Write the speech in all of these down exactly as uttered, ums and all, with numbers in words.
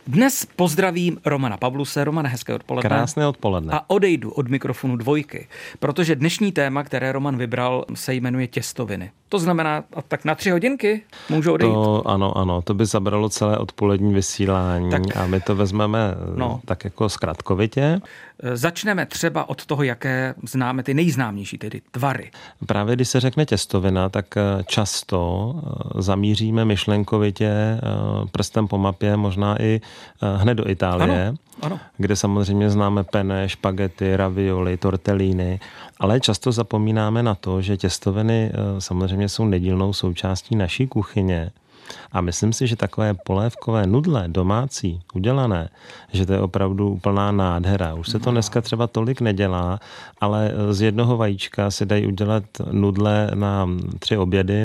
Dnes pozdravím Romana Pavluse. Romane, hezké odpoledne. Krásné odpoledne. A odejdu od mikrofonu Dvojky, protože dnešní téma, které Roman vybral, se jmenuje těstoviny. To znamená, a tak na tři hodinky můžu odejít? To, ano, ano, to by zabralo celé odpolední vysílání tak, a my to vezmeme no, tak jako zkratkovitě. Začneme třeba od toho, jaké známe ty nejznámější, tedy tvary. Právě když se řekne těstovina, tak často zamíříme myšlenkovitě prstem po mapě, možná i hned do Itálie, ano, ano. kde samozřejmě známe penne, špagety, ravioli, tortellini, ale často zapomínáme na to, že těstoviny samozřejmě jsou nedílnou součástí naší kuchyně. A myslím si, že takové polévkové nudle domácí, udělané, že to je opravdu úplná nádhera. Už se to dneska třeba tolik nedělá, ale z jednoho vajíčka se dají udělat nudle na tři obědy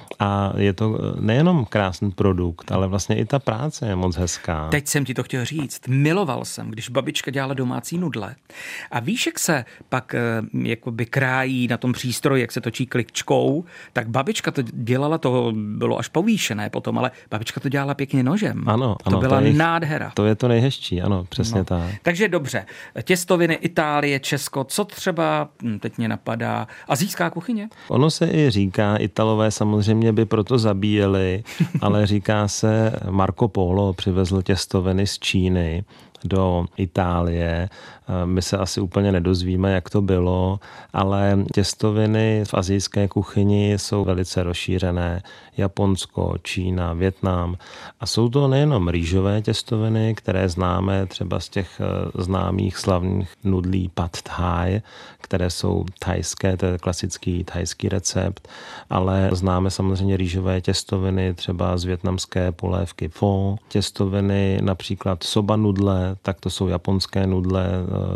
a je to nejenom krásný produkt, ale vlastně i ta práce je moc hezká. Teď jsem ti to chtěl říct. Miloval jsem, když babička dělala domácí nudle. A víš, jak se pak jakoby krájí na tom přístroji, jak se točí klikčkou, tak babička to dělala, to bylo až povýšené potom, ale babička to dělala pěkně nožem. Ano, ano, to byla to je, nádhera. To je to nejhezčí, ano, přesně no. tak. Takže dobře, těstoviny, Itálie, Česko, co třeba, teď mě napadá, asijská kuchyně? Ono se i říká, Italové samozřejmě by proto zabíjeli, ale říká se, Marco Polo přivezl těstoviny z Číny do Itálie. My se asi úplně nedozvíme, jak to bylo, ale těstoviny v asijské kuchyni jsou velice rozšířené. Japonsko, Čína, Vietnam. A jsou to nejenom rýžové těstoviny, které známe třeba z těch známých slavných nudlí pad thai, které jsou thajské, to je klasický thajský recept, ale známe samozřejmě rýžové těstoviny třeba z vietnamské polévky pho, těstoviny například soba nudle, tak to jsou japonské nudle,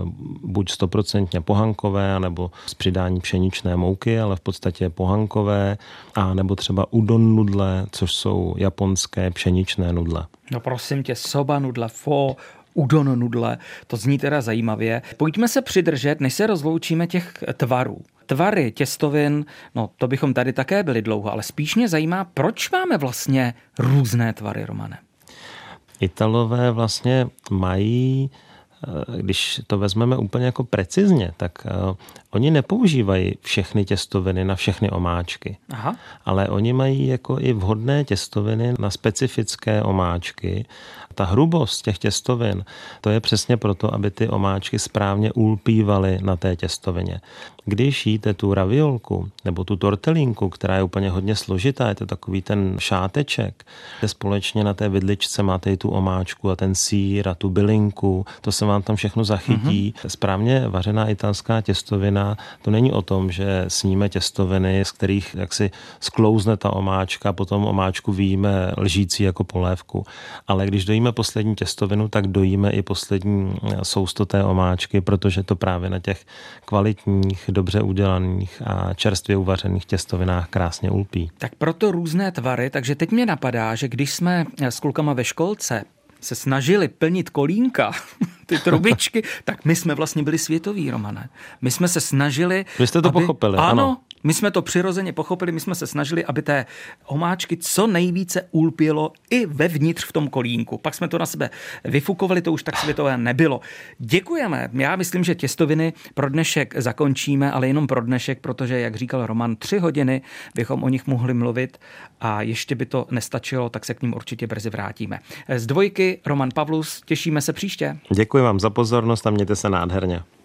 buď stoprocentně pohankové, anebo s přidání pšeničné mouky, ale v podstatě pohankové, a nebo třeba udon nudle, což jsou japonské pšeničné nudle. No prosím tě, soba nudle, pho, udon nudle, to zní teda zajímavě. Pojďme se přidržet, než se rozloučíme, těch tvarů. Tvary těstovin, no to bychom tady také byli dlouho, ale spíš mě zajímá, proč máme vlastně různé tvary, Romane? Italové vlastně mají, když to vezmeme úplně jako precizně, tak uh, oni nepoužívají všechny těstoviny na všechny omáčky. Aha. Ale oni mají jako i vhodné těstoviny na specifické omáčky. Ta hrubost těch těstovin, to je přesně proto, aby ty omáčky správně ulpívaly na té těstovině. Když jíte tu raviolku nebo tu tortelínku, která je úplně hodně složitá, je to takový ten šáteček, kde společně na té vidličce máte i tu omáčku a ten sýr a tu bylinku, to se vám tam všechno zachytí. Mm-hmm. Správně vařená italská těstovina, to není o tom, že sníme těstoviny, z kterých jaksi sklouzne ta omáčka, potom omáčku vyjíme lžící jako polévku. Ale když dojíme poslední těstovinu, tak dojíme i poslední sousto té omáčky, protože to právě na těch kvalitních, dobře udělaných a čerstvě uvařených těstovinách krásně ulpí. Tak proto různé tvary, takže teď mě napadá, že když jsme s klukama ve školce se snažili plnit kolínka, ty trubičky, tak my jsme vlastně byli světoví, Romane. My jsme se snažili... Vy jste to aby... pochopili, ano. ano. My jsme to přirozeně pochopili, my jsme se snažili, aby té omáčky co nejvíce ulpělo i vevnitř v tom kolínku. Pak jsme to na sebe vyfukovali, to už tak světové nebylo. Děkujeme. Já myslím, že těstoviny pro dnešek zakončíme, ale jenom pro dnešek, protože, jak říkal Roman, tři hodiny bychom o nich mohli mluvit a ještě by to nestačilo, tak se k ním určitě brzy vrátíme. Z Dvojky Roman Pavlus, těšíme se příště. Děkuji vám za pozornost a mějte se nádherně.